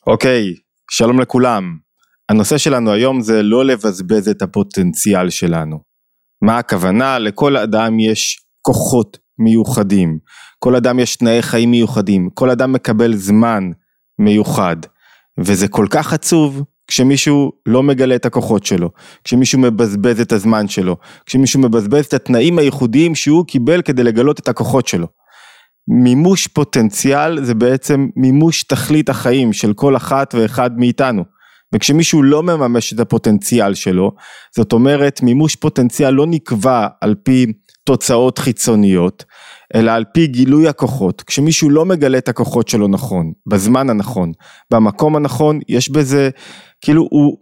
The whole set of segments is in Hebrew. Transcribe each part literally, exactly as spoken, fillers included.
אוקיי, שלום לכולם. הנושא שלנו היום זה לא לבזבז את הפוטנציאל שלנו. מה הכוונה? לכל אדם יש כוחות מיוחדים, כל אדם יש תנאי חיים מיוחדים, כל אדם מקבל זמן מיוחד, וזה כל כך עצוב כשמישהו לא מגלה את הכוחות שלו, כשמישהו מבזבז את הזמן שלו, כשמישהו מבזבז את התנאים הייחודיים שהוא קיבל כדי לגלות את הכוחות שלו. מימוש פוטנציאל זה בעצם מימוש תכלית החיים של כל אחת ואחד מאיתנו, וכשמישהו לא מממש את הפוטנציאל שלו, זאת אומרת מימוש פוטנציאל לא נקבע על פי תוצאות חיצוניות, אלא על פי גילוי הכוחות. כשמישהו לא מגלה את הכוחות שלו נכון, בזמן הנכון, במקום הנכון, יש בזה, כאילו הוא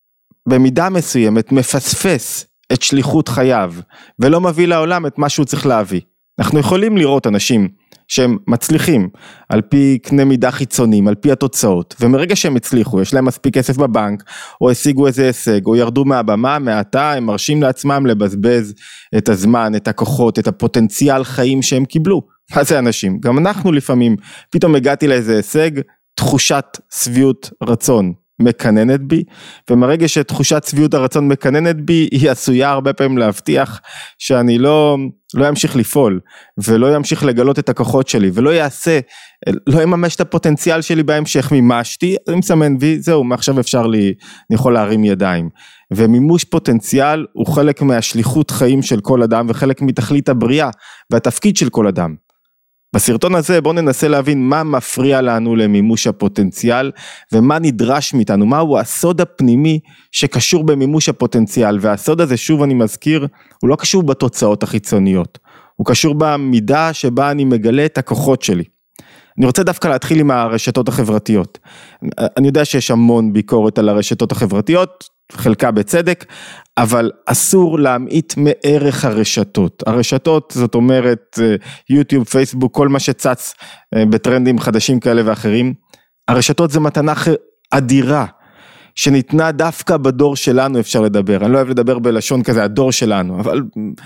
במידה מסוימת מפספס את שליחות חייו, ולא מביא לעולם את מה שהוא צריך להביא. אנחנו יכולים לראות אנשים שהם מצליחים על פי קנה מידה חיצוניים, על פי התוצאות, ומרגע שהם הצליחו, יש להם מספיק כסף בבנק, או השיגו איזה הישג, או ירדו מהבמה, מעתה הם מרשים לעצמם לבזבז את הזמן, את הכוחות, את הפוטנציאל חיים שהם קיבלו. מה זה אנשים? גם אנחנו לפעמים, פתאום הגעתי לאיזה הישג, תחושת שביעות רצון מקננת בי, ומרגע שתחושת שביעות הרצון מקננת בי, היא עשויה הרבה פעמים להבטיח שאני לא, לא ימשיך לפעול, ולא ימשיך לגלות את הכוחות שלי, ולא יעשה, לא יממש את הפוטנציאל שלי בהמשך. מימשתי, אני מסמן וי, זהו, מעכשיו אפשר לי, אני יכול להרים ידיים. ומימוש פוטנציאל הוא חלק מהשליחות חיים של כל אדם, וחלק מתכלית הבריאה, והתפקיד של כל אדם. בסרטון הזה בואו ננסה להבין מה מפריע לנו למימוש הפוטנציאל, ומה נדרש מאיתנו, מהו הסוד הפנימי שקשור במימוש הפוטנציאל, והסוד הזה, שוב אני מזכיר, הוא לא קשור בתוצאות החיצוניות, הוא קשור במידה שבה אני מגלה את הכוחות שלי. אני רוצה דווקא להתחיל עם הרשתות החברתיות. אני יודע שיש המון ביקורת על הרשתות החברתיות, חלקה בצדק, אבל אסור להמעיט מערך הרשתות. הרשתות, זאת אומרת, יוטיוב, פייסבוק, כל מה שצץ בטרנדים חדשים כאלה ואחרים, הרשתות זה מתנה אדירה, שניתנה דווקא בדור שלנו, אפשר לדבר. אני לא אוהב לדבר בלשון כזה, הדור שלנו, אבל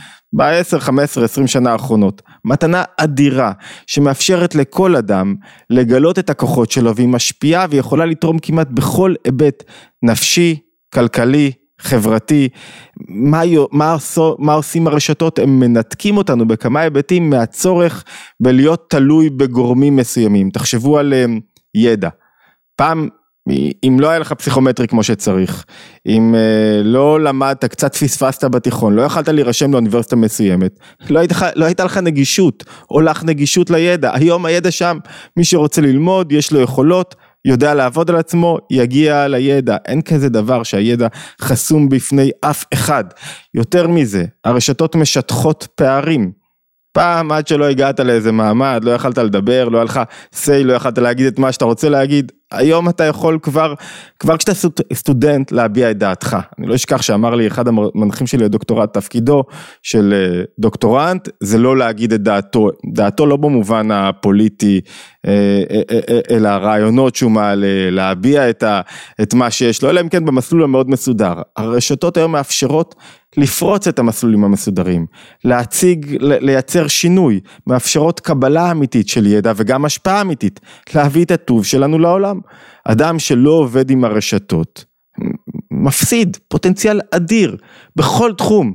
ב-עשר, חמש עשרה, עשרים שנה האחרונות, מתנה אדירה, שמאפשרת לכל אדם לגלות את הכוחות שלו, והיא משפיעה ויכולה לתרום כמעט בכל היבט נפשי, כלכלי, חברתי. מה, מה, מה עושים הרשתות? הם מנתקים אותנו בכמה היבטים מהצורך בלהיות תלוי בגורמים מסוימים. תחשבו על ידע. פעם, אם לא היה לך פסיכומטרי כמו שצריך, אם לא למדת, קצת פספסת בתיכון, לא יכלת להירשם לאוניברסיטה מסוימת, לא היית, לא הייתה לך נגישות, או לך נגישות לידע. היום הידע שם, מי שרוצה ללמוד, יש לו יכולות, יודע לעבוד על עצמו, יגיע לידע. אין כזה דבר שהידע חסום בפני אף אחד. יותר מזה, הרשתות משטחות פערים. פעם עד שלא הגעת לאיזה מעמד, לא יכלת לדבר, לא היה לך סי, לא יכלת להגיד את מה שאתה רוצה להגיד. היום אתה יכול כבר, כבר כשאתה סטודנט להביע את דעתך. אני לא אשכח שאמר לי אחד המנחים שלי לדוקטורט, תפקידו של דוקטורנט, זה לא להגיד את דעתו, דעתו לא במובן הפוליטי, אלא הרעיונות שהוא מעלה, להביע את, ה, את מה שיש לו, אלא אם כן במסלול המאוד מסודר. הרשתות היום מאפשרות לפרוץ את המסלולים המסודרים, להציג, לייצר שינוי, מאפשרות קבלה אמיתית של ידע וגם השפעה אמיתית, להביא את הטוב שלנו לעולם. אדם שלא עובד עם הרשתות, מפסיד פוטנציאל אדיר בכל תחום,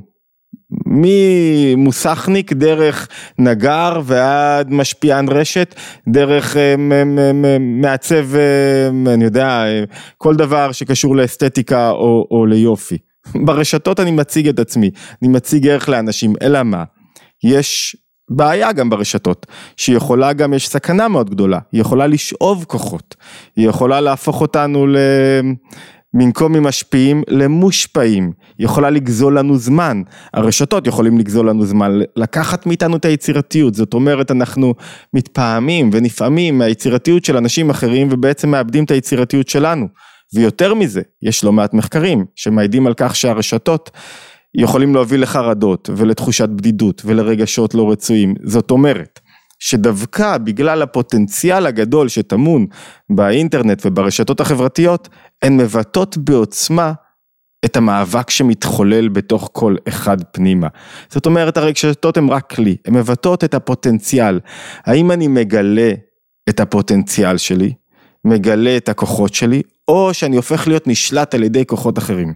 ממוסכניק דרך נגר ועד משפיען רשת, דרך מעצב, אני יודע, כל דבר שקשור לאסתטיקה או, או ליופי. ברשתות אני מציג את עצמי, אני מציג ערך לאנשים, אלא מה? יש בעיה גם ברשתות, שיכולה גם, יש סכנה מאוד גדולה, היא יכולה לשאוב כוחות, היא יכולה להפוך אותנו ל... במקום ממשפיעים למושפעים, היא יכולה לגזול לנו זמן, הרשתות יכולים לגזול לנו זמן, לקחת מאיתנו את היצירתיות, זאת אומרת אנחנו מתפעמים ונפעמים מהיצירתיות של אנשים אחרים, ובעצם מאבדים את היצירתיות שלנו, ויותר מזה, יש לא מעט מחקרים שמעידים על כך שהרשתות יכולים להוביל לחרדות ולתחושת בדידות ולרגשות לא רצויים. זאת אומרת שדווקא בגלל הפוטנציאל הגדול שטמון באינטרנט וברשתות החברתיות, הן מבטאות בעוצמה את המאבק שמתחולל בתוך כל אחד פנימה. זאת אומרת, הרשתות הן רק כלי, הן מבטאות את הפוטנציאל. האם אני מגלה את הפוטנציאל שלי? מגלה את הכוחות שלי, או שאני הופך להיות נשלט על ידי כוחות אחרים.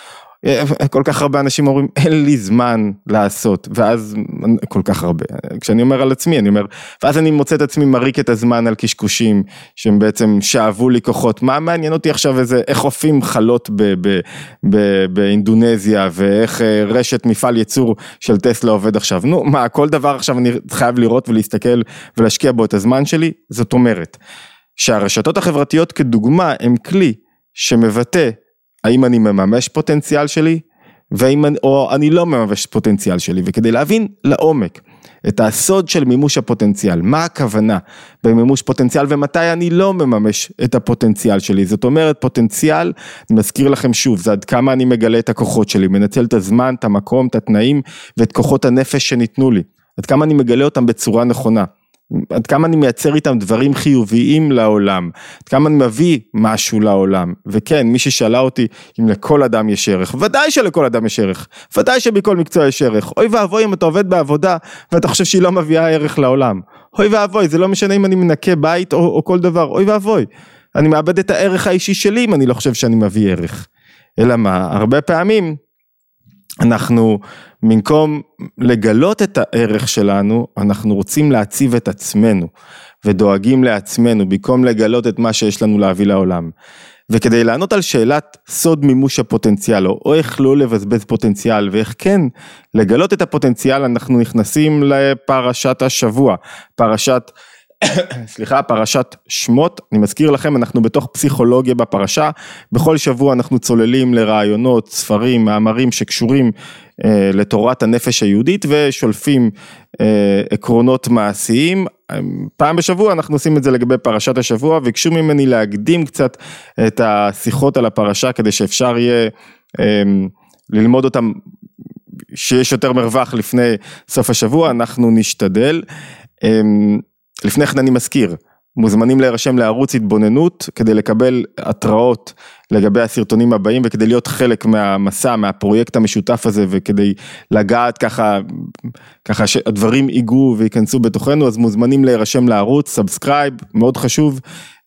כל כך הרבה אנשים אומרים, אין לי זמן לעשות, ואז כל כך הרבה, כשאני אומר על עצמי, אני אומר, ואז אני מוצא את עצמי מריק את הזמן על קשקושים, שהם בעצם שאבו לי כוחות, מה מעניין אותי עכשיו איזה, איך אופים חלות ב- ב- ב- באינדונזיה, ואיך רשת מפעל ייצור של טסלה עובד עכשיו, נו מה, כל דבר עכשיו אני חייב לראות ולהסתכל, ולהשקיע בו את הזמן שלי, זאת אומרת, שהרשתות החברתיות כדוגמה, הם כלי שמבטא, האם אני מממש פוטנציאל שלי, והאם אני, או אני לא מממש פוטנציאל שלי, וכדי להבין לעומק את הסוד של מימוש הפוטנציאל, מה הכוונה במימוש פוטנציאל, ומתי אני לא מממש את הפוטנציאל שלי, זאת אומרת פוטנציאל, אני מזכיר לכם שוב, זה עד כמה אני מגלה את הכוחות שלי, מנצל את הזמן, את המקום, את התנאים, ואת כוחות הנפש שניתנו לי, עד כמה אני מגלה אותם בצורה נכונה, עד כמה אני מייצר איתם דברים חיוביים לעולם, עד כמה אני מביא משהו לעולם, וכן, מי ששאלה אותי אם לכל אדם יש ערך, ודאי שלכל אדם יש ערך, ודאי שבכל מקצוע יש ערך, אוי ואבוי אם אתה עובד בעבודה, ואתה חושב שהיא לא מביאה ערך לעולם, אוי ואבוי, זה לא משנה אם אני מנקה בית או, או כל דבר, אוי ואבוי, אני מאבד את הערך האישי שלי אם אני לא חושב שאני מביא ערך, אלא מה, הרבה פעמים, אנחנו במקום לגלות את הערך שלנו, אנחנו רוצים להציב את עצמנו, ודואגים לעצמנו, במקום לגלות את מה שיש לנו להביא לעולם. וכדי לענות על שאלת סוד מימוש הפוטנציאל, או איך לא לבזבז פוטנציאל, ואיך כן לגלות את הפוטנציאל, אנחנו נכנסים לפרשת השבוע, פרשת, סליחה, פרשת שמות, אני מזכיר לכם, אנחנו בתוך פסיכולוגיה בפרשה, בכל שבוע אנחנו צוללים לרעיונות, ספרים, מאמרים שקשורים אה, לתורת הנפש היהודית, ושולפים אה, עקרונות מעשיים, פעם בשבוע אנחנו עושים את זה לגבי פרשת השבוע, וביקשו ממני להקדים קצת את השיחות על הפרשה, כדי שאפשר יהיה אה, ללמוד אותם, שיש יותר מרווח לפני סוף השבוע, אנחנו נשתדל, אה, לפני כן אני מזכיר, מוזמנים להירשם לערוץ התבוננות, כדי לקבל התראות לגבי הסרטונים הבאים, וכדי להיות חלק מהמסע, מהפרויקט המשותף הזה, וכדי לגעת ככה, ככה שהדברים ייגעו ויכנסו בתוכנו, אז מוזמנים להירשם לערוץ, סאבסקרייב, מאוד חשוב,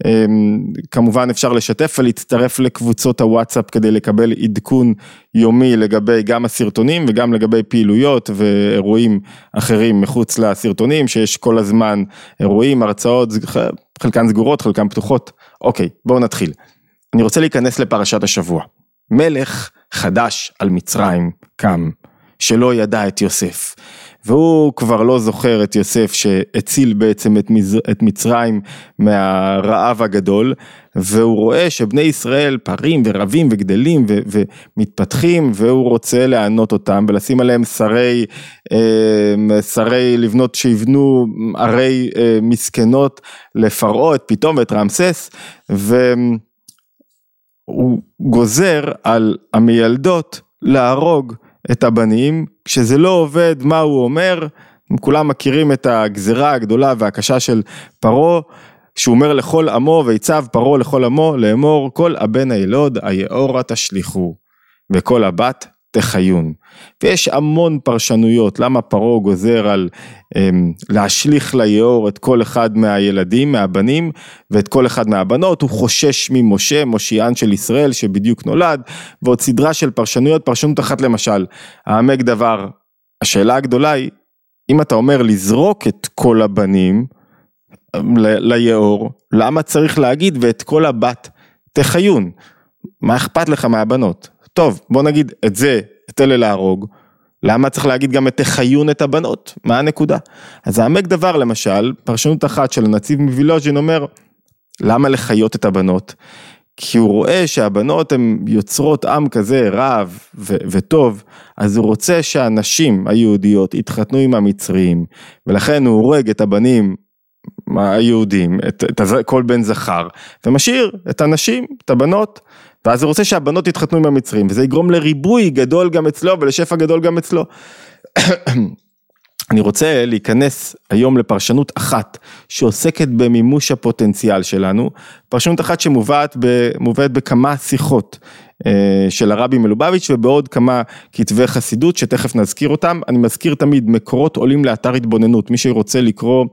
כמובן אפשר לשתף ולהצטרף לקבוצות הוואטסאפ, כדי לקבל עדכון יומי לגבי גם הסרטונים, וגם לגבי פעילויות ואירועים אחרים מחוץ לסרטונים, שיש כל הזמן אירועים, הרצאות, חלקן סגורות, חלקן פתוחות. אוקיי, בואו נתחיל. אני רוצה להיכנס לפרשת השבוע. מלך חדש על מצרים קם, שלא ידע את יוסף. והוא כבר לא זוכר את יוסף שהציל בעצם את, מז... את מצרים מהרעב הגדול, והוא רואה שבני ישראל פרים ורבים וגדלים ו... ומתפתחים, והוא רוצה לענות אותם ולשים עליהם שרי, אה, שרי לבנות שיבנו ערי אה, מסכנות לפרעה, את פתאום ואת רמסס, והוא גוזר על המילדות להרוג את הבנים, כשזה לא עובד מה הוא אומר, כולם מכירים את הגזרה הגדולה והקשה של פרעה, שהוא אומר לכל עמו, ויצב פרעה לכל עמו, לאמור כל הבן הילוד היאורה תשליחו, וכל הבת תחיון. ויש המון פרשנויות, למה פרעה גוזר על um, להשליך ליאור את כל אחד מהילדים, מהבנים, ואת כל אחד מהבנות, הוא חושש ממשה, מושיען של ישראל, שבדיוק נולד, ועוד סדרה של פרשנויות, פרשנות אחת למשל, העמק דבר, השאלה הגדולה היא, אם אתה אומר לזרוק את כל הבנים ל- ליאור, למה צריך להגיד ואת כל הבת תחיון? מה אכפת לך מהבנות? טוב, בוא נגיד את זה, את אלה להרוג, למה צריך להגיד גם את תחיון את הבנות? מה הנקודה? אז העמק דבר למשל, פרשנות אחת של הנציב מווילוז'ין אומר, למה לחיות את הבנות? כי הוא רואה שהבנות הן יוצרות עם כזה רב ו- וטוב, אז הוא רוצה שהנשים היהודיות יתחתנו עם המצרים, ולכן הוא הורג את הבנים היהודים, את, את כל בן זכר, ומשאיר את הנשים, את הבנות, ואז הוא רוצה שהבנות יתחתנו עם המצרים, וזה יגרום לריבוי גדול גם אצלו, ולשפע גדול גם אצלו. אני רוצה להיכנס היום לפרשנות אחת, שעוסקת במימוש הפוטנציאל שלנו, פרשנות אחת שמובאת מובאת בכמה שיחות של הרבי מלובביץ', ובעוד כמה כתבי חסידות, שתכף נזכיר אותם. אני מזכיר תמיד, מקורות עולים לאתר התבוננות, מי שרוצה לקרוא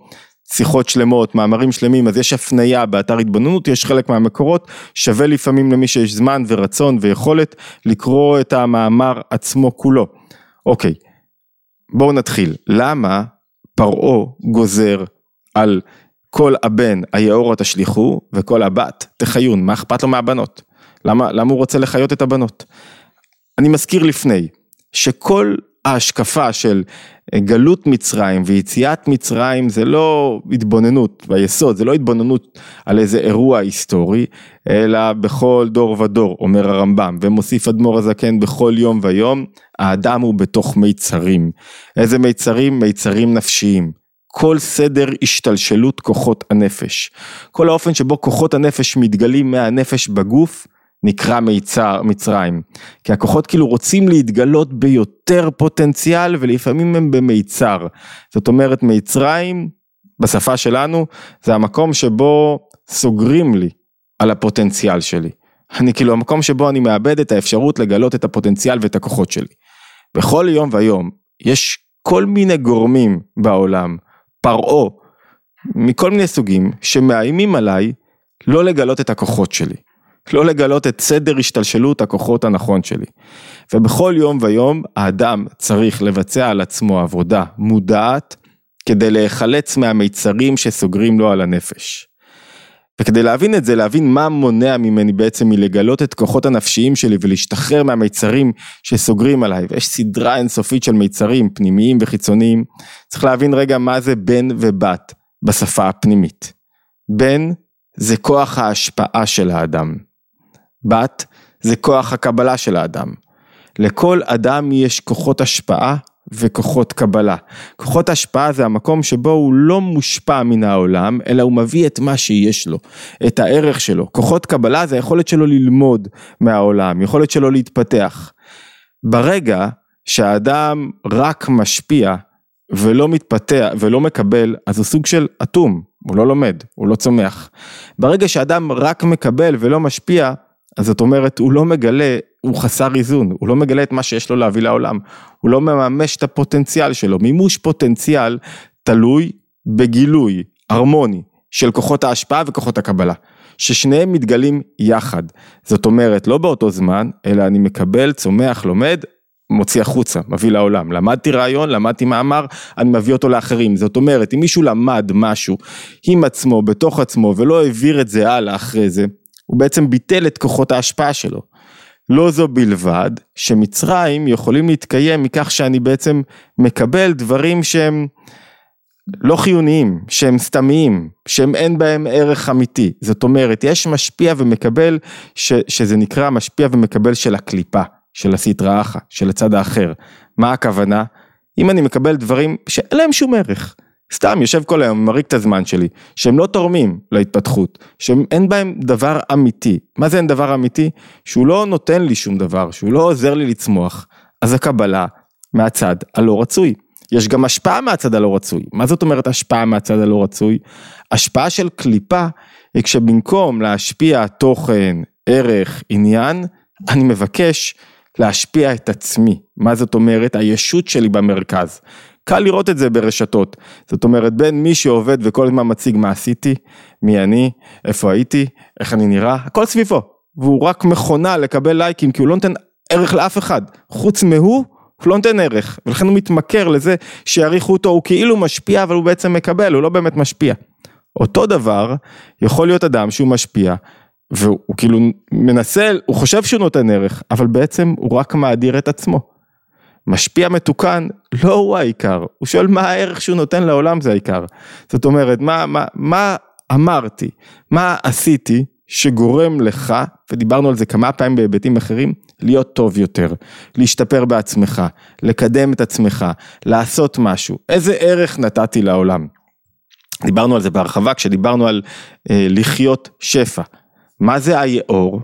שיחות שלמות, מאמרים שלמים, אז יש הפניה באתר התבוננות, יש חלק מהמקורות, שווה לפעמים למי שיש זמן ורצון ויכולת לקרוא את המאמר עצמו כולו. אוקיי, בואו נתחיל. למה פרעה גוזר על כל הבן היאורה תשליכו וכל הבת תחיון? מה אכפת לו מהבנות? למה, למה הוא רוצה לחיות את הבנות? אני מזכיר לפני שכל ההשקפה של גלות מצרים ויציאת מצרים זה לא התבוננות ביסוד, זה לא התבוננות על איזה אירוע היסטורי, אלא בכל דור ודור, אומר הרמב"ם, ומוסיף אדמו"ר הזקן, בכל יום ויום, האדם הוא בתוך מיצרים. איזה מיצרים? מיצרים נפשיים. כל סדר השתלשלות כוחות הנפש. כל האופן שבו כוחות הנפש מתגלים מהנפש בגוף, נקרא מיצר, מצרים, כי הכוחות כאילו רוצים להתגלות ביותר פוטנציאל, ולפעמים הם במיצר, זאת אומרת מיצרים, בשפה שלנו, זה המקום שבו סוגרים לי על הפוטנציאל שלי, אני כאילו המקום שבו אני מאבד את האפשרות לגלות את הפוטנציאל ואת הכוחות שלי, בכל יום ויום, יש כל מיני גורמים בעולם, פרעה, מכל מיני סוגים, שמאיימים עליי, לא לגלות את הכוחות שלי, לא לגלות את סדר השתלשלות הכוחות הנכון שלי. ובכל יום ויום האדם צריך לבצע על עצמו עבודה מודעת, כדי להיחלץ מהמיצרים שסוגרים לו על הנפש. וכדי להבין את זה, להבין מה מונע ממני בעצם מלגלות את כוחות הנפשיים שלי, ולהשתחרר מהמיצרים שסוגרים עליי, ויש סדרה אינסופית של מיצרים פנימיים וחיצוניים, צריך להבין רגע מה זה בן ובת בשפה הפנימית. בן זה כוח ההשפעה של האדם. בת זה כוח הקבלה של האדם. לכל אדם יש כוחות השפעה וכוחות קבלה. כוחות השפעה זה המקום שבו הוא לא מושפע מן העולם, אלא הוא מביא את מה שיש לו, את הערך שלו. כוחות קבלה זה היכולת שלו ללמוד מהעולם, יכולת שלו להתפתח. ברגע שהאדם רק משפיע ולא מתפתח ולא מקבל, אז הוא סוג של אטום, הוא לא לומד, הוא לא צומח. ברגע שאדם רק מקבל ולא משפיע, אז זאת אומרת, הוא לא מגלה, הוא חסר איזון, הוא לא מגלה את מה שיש לו להביא לעולם, הוא לא מממש את הפוטנציאל שלו, מימוש פוטנציאל תלוי בגילוי הרמוני של כוחות ההשפעה וכוחות הקבלה, ששניהם מתגלים יחד, זאת אומרת, לא באותו זמן, אלא אני מקבל, צומח, לומד, מוציא החוצה, מביא לעולם, למדתי רעיון, למדתי מאמר, אני מביא אותו לאחרים, זאת אומרת, אם מישהו למד משהו עם עצמו, בתוך עצמו, ולא העביר את זה הלאה אחרי זה, הוא בעצם ביטל את כוחות ההשפעה שלו. לא זו בלבד, שמצרים יכולים להתקיים מכך שאני בעצם מקבל דברים שהם לא חיוניים, שהם סתמיים, שהם אין בהם ערך אמיתי. זאת אומרת, יש משפיע ומקבל, ש, שזה נקרא משפיע ומקבל של הקליפה, של הסטרא אחרא, של הצד האחר. מה הכוונה? אם אני מקבל דברים שאין להם שום ערך, סתם יושב כל היום, מריק את הזמן שלי, שהם לא תורמים להתפתחות, שאין בהם דבר אמיתי. מה זה אין דבר אמיתי? שהוא לא נותן לי שום דבר, שהוא לא עוזר לי לצמוח, אז הקבלה מהצד הלא רצוי. יש גם השפעה מהצד הלא רצוי. מה זאת אומרת השפעה מהצד הלא רצוי? השפעה של קליפה, היא כשבמקום להשפיע תוכן, ערך, עניין, אני מבקש להשפיע את עצמי. מה זאת אומרת? הישות שלי במרכז. קל לראות את זה ברשתות, זאת אומרת בין מי שעובד וכל הזמן מציג מה עשיתי, מי אני, איפה הייתי, איך אני נראה, הכל סביבו, והוא רק מכונה לקבל לייקים, כי הוא לא נותן ערך לאף אחד, חוץ מהוא, הוא לא נותן ערך, ולכן הוא מתמכר לזה שיעריכו אותו, הוא כאילו משפיע, אבל הוא בעצם מקבל, הוא לא באמת משפיע. אותו דבר, יכול להיות אדם שהוא משפיע, והוא כאילו מנסה, הוא חושב שהוא נותן ערך, אבל בעצם הוא רק מאדיר את עצמו. משפיע מתוקן, לא הוא העיקר, הוא שואל מה הערך שהוא נותן לעולם, זה העיקר. זאת אומרת, מה, מה, מה אמרתי, מה עשיתי שגורם לך, ודיברנו על זה כמה פעמים בהיבטים אחרים, להיות טוב יותר, להשתפר בעצמך, לקדם את עצמך, לעשות משהו, איזה ערך נתתי לעולם. דיברנו על זה בהרחבה, כשדיברנו על אה, לחיות שפע. מה זה היאור?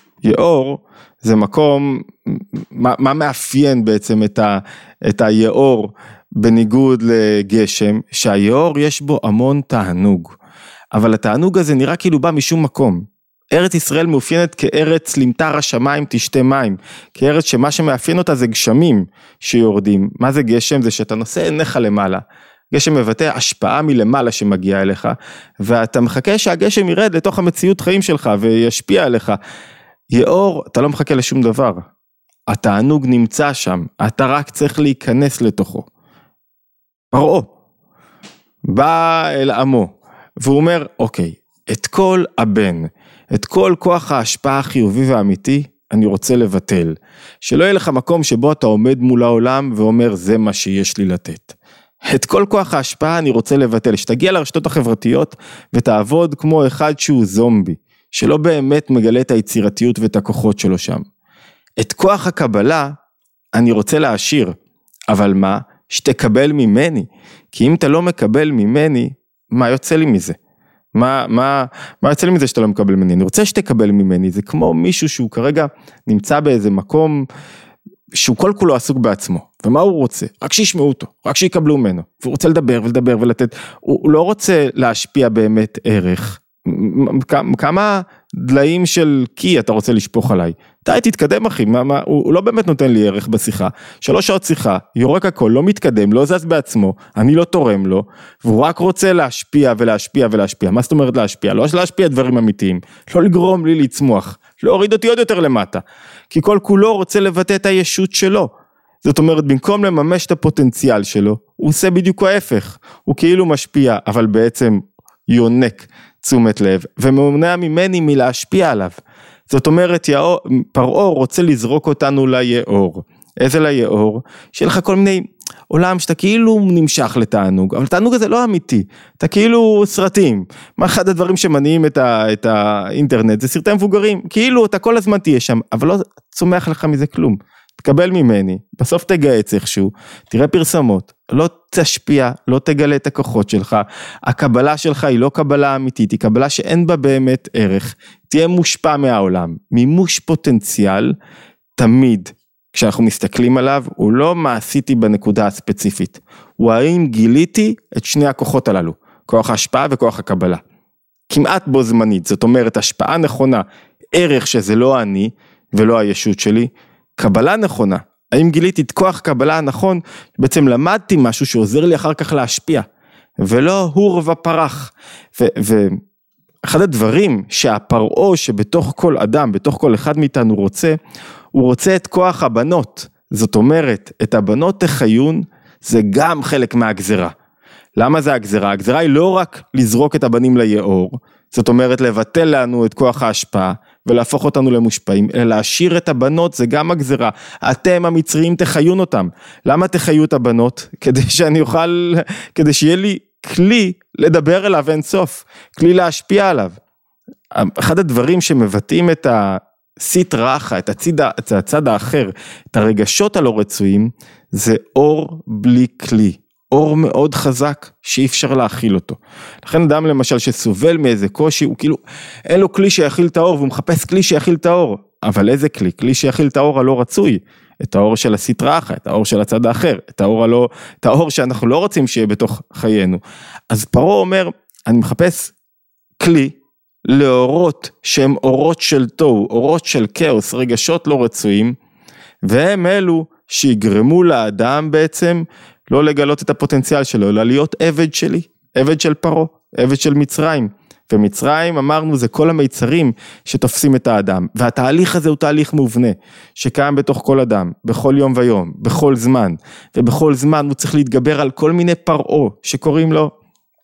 יאור זה מקום, מה, מה מאפיין בעצם את, ה, את היאור בניגוד לגשם, שהיאור יש בו המון תענוג, אבל התענוג הזה נראה כאילו בא משום מקום. ארץ ישראל מאופיינת כארץ למטר השמיים תשתה מים, כארץ שמה שמאפיין אותה זה גשמים שיורדים. מה זה גשם? זה שאתה נושא עיניך למעלה, גשם מבטא השפעה מלמעלה שמגיעה אליך, ואתה מחכה שהגשם ירד לתוך המציאות חיים שלך וישפיע עליך. יאור, אתה לא מחכה לשום דבר. התענוג נמצא שם, אתה רק צריך להיכנס לתוכו. פרעה בא אל עמו, והוא אומר, אוקיי, את כל הבן, את כל כוח ההשפעה החיובי והאמיתי, אני רוצה לבטל. שלא יהיה לך מקום שבו אתה עומד מול העולם, ואומר, זה מה שיש לי לתת. את כל כוח ההשפעה אני רוצה לבטל, שתגיע לרשתות החברתיות, ותעבוד כמו אחד שהוא זומבי, שלא באמת מגלה את היצירתיות ואת הכוחות שלו שם. את כוח הקבלה אני רוצה להשאיר, אבל מה? שתקבל ממני, כי אם אתה לא מקבל ממני, מה יוצא לי מזה? מה, מה, מה יוצא לי מזה שאתה לא מקבל ממני? אני רוצה שתקבל ממני, זה כמו מישהו שהוא כרגע נמצא באיזה מקום, שהוא כל כולו עסוק בעצמו, ומה הוא רוצה? רק שישמעו אותו, רק שיקבלו ממנו, והוא רוצה לדבר ולדבר ולתת, הוא לא רוצה להשפיע באמת ערך, כמה דליים של קי אתה רוצה לשפוך עליי, די תתקדם אחי, מה, מה, הוא, הוא לא באמת נותן לי ערך בשיחה, שלוש שעות שיחה, יורק הכל, לא מתקדם, לא זז בעצמו, אני לא תורם לו, והוא רק רוצה להשפיע ולהשפיע ולהשפיע, מה זאת אומרת להשפיע? לא להשפיע דברים אמיתיים, לא לגרום לי לצמוח, להוריד אותי עוד יותר למטה, כי כל כולו רוצה לבטא את הישות שלו, זאת אומרת במקום לממש את הפוטנציאל שלו, הוא עושה בדיוק ההפך, הוא כאילו משפיע, אבל בעצם יונק תשומת לב, ומונע ממני מלהשפיע עליו, זאת אומרת פרעה רוצה לזרוק אותנו ליאור, איזה ליאור? שיהיה לך כל מיני עולם שאתה כאילו נמשך לתענוג, אבל תענוג הזה לא אמיתי, אתה כאילו סרטים, מה אחד הדברים שמניעים את, ה, את האינטרנט, זה סרטי מבוגרים, כאילו אתה כל הזמן תהיה שם, אבל לא צומח לך מזה כלום, תקבל ממני, בסוף תגייץ איכשהו, תראה פרסמות, לא תשפיע, לא תגלה את הכוחות שלך, הקבלה שלך היא לא קבלה אמיתית, היא קבלה שאין בה באמת ערך, תהיה מושפע מהעולם, מימוש פוטנציאל, תמיד, כשאנחנו מסתכלים עליו, הוא לא מה עשיתי בנקודה הספציפית, הוא האם גיליתי את שני הכוחות הללו, כוח ההשפעה וכוח הקבלה, כמעט בו זמנית, זאת אומרת, השפעה נכונה, ערך שזה לא אני, ולא הישות שלי, קבלה נכונה, האם גיליתי את כוח קבלה הנכון, בעצם למדתי משהו שעוזר לי אחר כך להשפיע, ולא הור ופרח, ואחד הדברים שהפרעה שבתוך כל אדם, בתוך כל אחד מאיתנו רוצה, הוא רוצה את כוח הבנות, זאת אומרת, את הבנות תחיון, זה גם חלק מהגזרה, למה זה הגזרה? הגזרה היא לא רק לזרוק את הבנים ליאור, זאת אומרת לבטל לנו את כוח ההשפעה, ולהפוך אותנו למושפעים, אלא להשאיר את הבנות, זה גם הגזרה, אתם המצריים תחיון אותם, למה תחיו את הבנות? כדי שאני אוכל, כדי שיהיה לי כלי לדבר אליו אין סוף, כלי להשפיע עליו, אחד הדברים שמבטאים את הסטרא אחרא, את הצד, את הצד האחר, את הרגשות הלא רצויים, זה אור בלי כלי, אור מאוד חזק שאי אפשר להכיל אותו. לכן אדם למשל שסובל מאיזה קושי, הוא כאילו, אין לו כלי שיכיל את האור, והוא מחפש כלי שיכיל את האור. אבל איזה כלי? כלי שיכיל את האור הלא רצוי. את האור של הסטרא אחרא, את האור של הצד האחר, את האור הלא, את האור שאנחנו לא רוצים שיהיה בתוך חיינו. אז פרעה אומר, אני מחפש כלי לאורות שהם אורות של תוהו, אורות של כאוס, רגשות לא רצויים, והם אלו שיגרמו לאדם בעצם לא לגלות את הפוטנציאל שלו, אלא להיות עבד שלי, עבד של פרעה, עבד של מצרים. ומצרים אמרנו זה כל המיצרים שתופסים את האדם, והתהליך הזה הוא תהליך מובנה, שקיים בתוך כל אדם, בכל יום ויום, בכל זמן, ובכל זמן הוא צריך להתגבר על כל מיני פרעה שקוראים לו,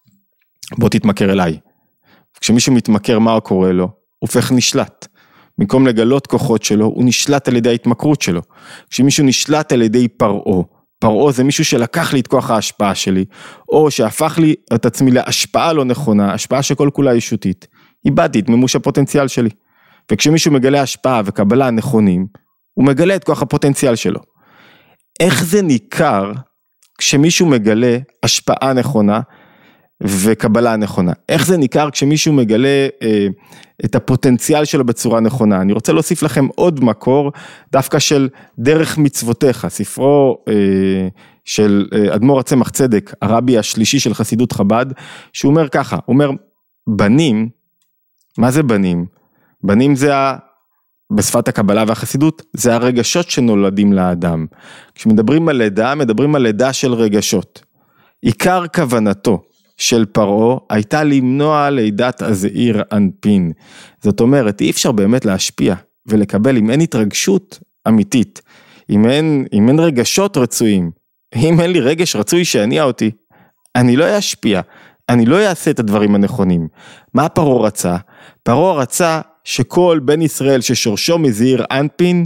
בוא תתמכר אליי. כשמישהו מתמכר מה הוא קורא לו? הוא הופך נשלט. במקום לגלות כוחות שלו, הוא נשלט על ידי ההתמכרות שלו. כשמישהו נשלט על ידי פרעה, פרעה זה מישהו שלקח לי את כוח ההשפעה שלי, או שהפך לי את עצמי להשפעה לא נכונה, השפעה שכל כולה ישותית, איבדתי את מימוש הפוטנציאל שלי. וכשמישהו מגלה השפעה וקבלה נכונים, הוא מגלה את כוח הפוטנציאל שלו. איך זה ניכר כשמישהו מגלה השפעה נכונה וקבלה נכונה? איך זה ניכר כשמישהו מגלה אה, את הפוטנציאל שלו בצורה נכונה? אני רוצה להוסיף לכם עוד מקור, דווקא של דרך מצוותיך, ספרו אה, של אה, אדמו"ר הצמח צדק, הרבי השלישי של חסידות חב"ד, שהוא אומר ככה, הוא אומר, בנים, מה זה בנים? בנים זה ה... בשפת הקבלה והחסידות, זה הרגשות שנולדים לאדם. כשמדברים על לידה, מדברים על לידה של רגשות. עיקר כוונתו של פרעה הייתה למנוע לידת הזעיר אנפין. זאת אומרת, אי אפשר באמת להשפיע ולקבל אם אין התרגשות אמיתית, אם אין, אם אין רגשות רצויים, אם אין לי רגש רצוי שיניע אותי, אני לא אשפיע, אני לא אעשה את הדברים הנכונים. מה פרעה רצה? פרעה רצה שכל בן ישראל ששורשו מזעיר אנפין,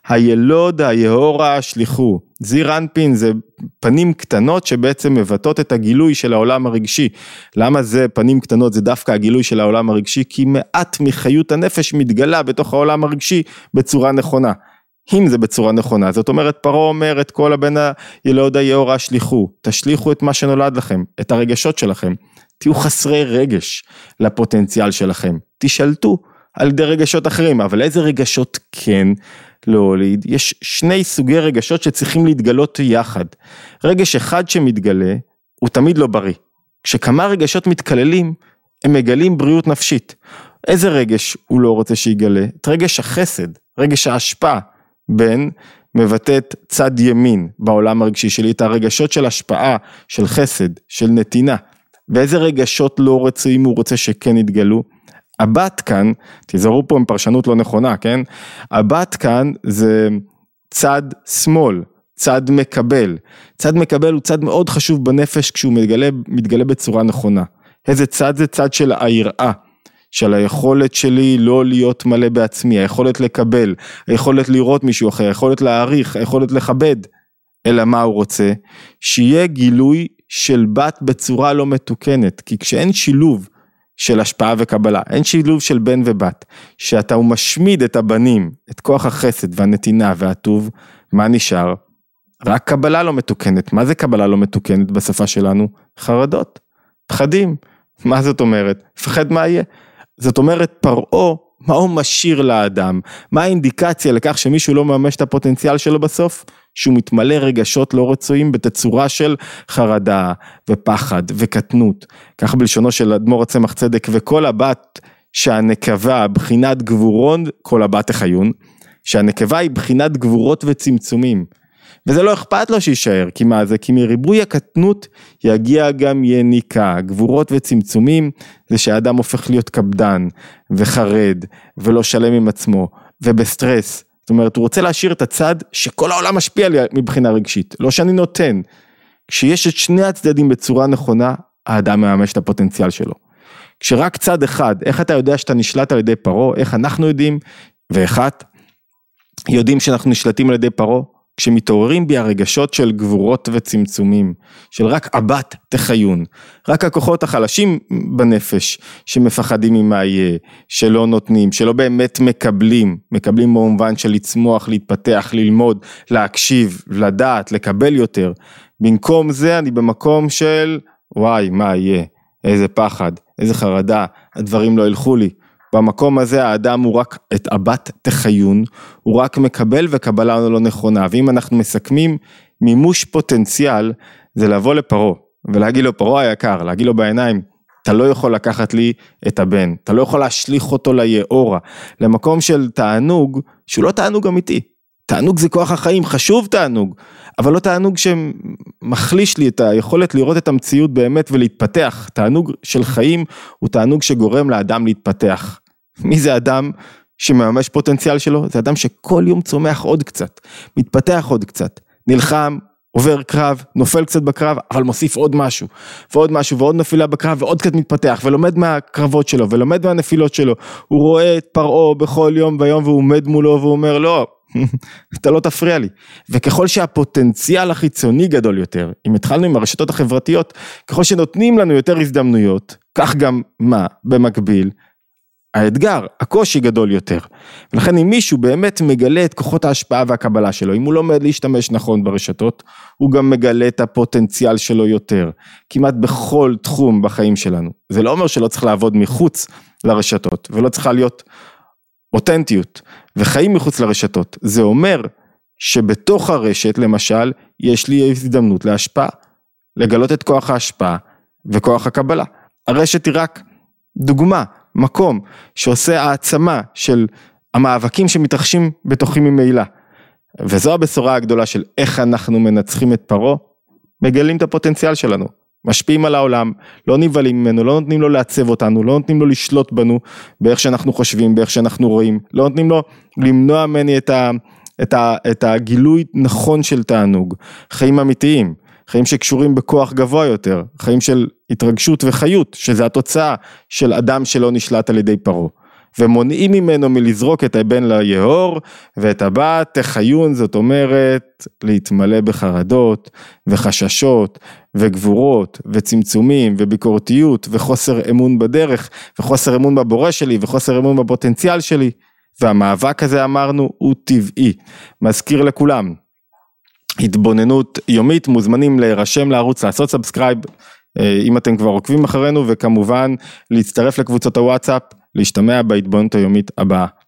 הילוד היהורה שליחו. זעיר אנפין זה פנים קטנות שבעצם מבטאות את הגילוי של העולם הרגשי. למה זה פנים קטנות? זה דווקא הגילוי של העולם הרגשי, כי מעט מחיות הנפש מתגלה בתוך העולם הרגשי בצורה נכונה. אם זה בצורה נכונה, זאת אומרת פרעה אומר את כל הבן הילוד היהורה שליחו, תשליחו את מה שנולד לכם, את הרגשות שלכם, תהיו חסרי רגש לפוטנציאל שלכם, תשלטו על ידי רגשות אחרים, אבל איזה רגשות כן להוליד? יש שני סוגי רגשות שצריכים להתגלות יחד. רגש אחד שמתגלה הוא תמיד לא בריא. כשכמה רגשות מתקללים, הם מגלים בריאות נפשית. איזה רגש הוא לא רוצה שיגלה? את רגש החסד, רגש ההשפעה, בין מבטאת צד ימין בעולם הרגשי שלי, את הרגשות של השפעה, של חסד, של נתינה. ואיזה רגשות לא רצויים הוא רוצה שכן יתגלו? הבת כאן, תזהרו פה עם פרשנות לא נכונה, כן? הבת כאן זה צד שמאל, צד מקבל. צד מקבל הוא צד מאוד חשוב בנפש כשהוא מתגלה, מתגלה בצורה נכונה. איזה צד זה? צד של היראה, של היכולת שלי לא להיות מלא בעצמי, היכולת לקבל, היכולת לראות מישהו אחר, היכולת להעריך, היכולת לכבד. אלא מה הוא רוצה? שיהיה גילוי של בת בצורה לא מתוקנת, כי כשאין שילוב של השפעה וקבלה, אין שילוב של בן ובת, שאתה הוא משמיד את הבנים, את כוח החסד והנתינה והטוב, מה נשאר? רק קבלה לא מתוקנת. מה זה קבלה לא מתוקנת בשפה שלנו? חרדות, פחדים. מה זאת אומרת? פחד מה יהיה? זאת אומרת פרעה, מה הוא משאיר לאדם? מה האינדיקציה לכך שמישהו לא מממש את הפוטנציאל שלו בסוף? שהוא מתמלא רגשות לא רצויים בתצורה של חרדה ופחד וקטנות. כך בלשונו של אדמו"ר הצמח צדק, וכל הבת שהנקבה בחינת גבורון, כל הבת החיון, שהנקבה היא בחינת גבורות וצמצומים. וזה לא אכפת לו שישאר, כי מה זה? כי מריבוי הקטנות יגיע גם יניקה. גבורות וצמצומים זה שהאדם הופך להיות קפדן וחרד ולא שלם עם עצמו ובסטרס. זאת אומרת, הוא רוצה להשאיר את הצד שכל העולם משפיע לי מבחינה רגשית, לא שאני נותן. כשיש את שני הצדדים בצורה נכונה, האדם מממש את הפוטנציאל שלו. כשרק צד אחד, איך אתה יודע שאתה נשלט על ידי פרעה? איך אנחנו יודעים? ואחת, יודעים שאנחנו נשלטים על ידי פרעה? כשמתעוררים בי הרגשות של גבורות וצמצומים, של רק הבת תחיון, רק הכוחות החלשים בנפש, שמפחדים ממה יהיה, שלא נותנים, שלא באמת מקבלים, מקבלים במובן של לצמוח, להתפתח, ללמוד, להקשיב, לדעת, לקבל יותר. במקום זה אני במקום של, וואי, מה יהיה, איזה פחד, איזה חרדה, הדברים לא ילכו לי. במקום הזה האדם הוא רק את הבת תחיון, הוא רק מקבל וקבלה לא נכונה, ואם אנחנו מסכמים מימוש פוטנציאל, זה לבוא לפרעה, ולהגיד לו פרעה היקר, להגיד לו בעיניים, אתה לא יכול לקחת לי את הבן, אתה לא יכול להשליך אותו ליאורה, למקום של תענוג, שהוא לא תענוג אמיתי, תענוג זה כוח החיים, חשוב תענוג, אבל לא תענוג שמחליש לי את היכולת לראות את המציאות באמת ולהתפתח, תענוג של חיים הוא תענוג שגורם לאדם להתפתח. מי זה אדם שמממש פוטנציאל שלו? זה אדם שכל יום צומח עוד קצת, מתפתח עוד קצת, נלחם, עובר קרב, נופל קצת בקרב, אבל מוסיף עוד משהו, ועוד משהו, ועוד נפילה בקרב, ועוד קצת מתפתח, ולומד מהקרבות שלו, ולומד מהנפילות שלו, הוא רואה את פרעה בכל יום ויום, והוא עומד מולו, והוא אומר, לא, אתה לא תפריע לי. וככל שהפוטנציאל החיצוני גדול יותר, אם התחלנו עם הרשתות החברתיות, ככל שנותנים לנו יותר הזדמנויות, כך גם מה? במקביל, האתגר, הקושי גדול יותר. ולכן אם מישהו באמת מגלה את כוחות ההשפעה והקבלה שלו, אם הוא לא עומד להשתמש נכון ברשתות, הוא גם מגלה את הפוטנציאל שלו יותר, כמעט בכל תחום בחיים שלנו. זה לא אומר שלא צריך לעבוד מחוץ לרשתות, ולא צריכה להיות אותנטיות, וחיים מחוץ לרשתות. זה אומר שבתוך הרשת, למשל, יש לי הזדמנות להשפעה, לגלות את כוח ההשפעה וכוח הקבלה. הרשת היא רק דוגמה, מקום שעושה העצמה של המאבקים שמתרחשים בתוכי ממילא. וזו הבשורה הגדולה של איך אנחנו מנצחים את פרעה, מגלים את הפוטנציאל שלנו. משפיעים על העולם, לא נבלים ממנו, לא נותנים לו לעצב אותנו, לא נותנים לו לשלוט בנו, באיך שאנחנו חושבים, באיך שאנחנו רואים, לא נותנים לו למנוע ממני את, ה, את, ה, את הגילוי נכון של תענוג, חיים אמיתיים, חיים שקשורים בכוח גבוה יותר, חיים של התרגשות וחיות, שזה התוצאה של אדם שלא נשלט על ידי פרעה. ומונעים ממנו מלזרוק את הבן ליהור, ואת הבת תחיון, זאת אומרת, להתמלא בחרדות, וחששות, וגבורות, וצמצומים, וביקורתיות, וחוסר אמון בדרך, וחוסר אמון בבורא שלי, וחוסר אמון בפוטנציאל שלי, והמאבק הזה אמרנו, הוא טבעי. מזכיר לכולם, התבוננות יומית, מוזמנים להירשם לערוץ, לעשות סאבסקרייב, אם אתם כבר עוקבים אחרינו, וכמובן להצטרף לקבוצות הוואטסאפ, להשתמע בהתבוננות היומית הבאה.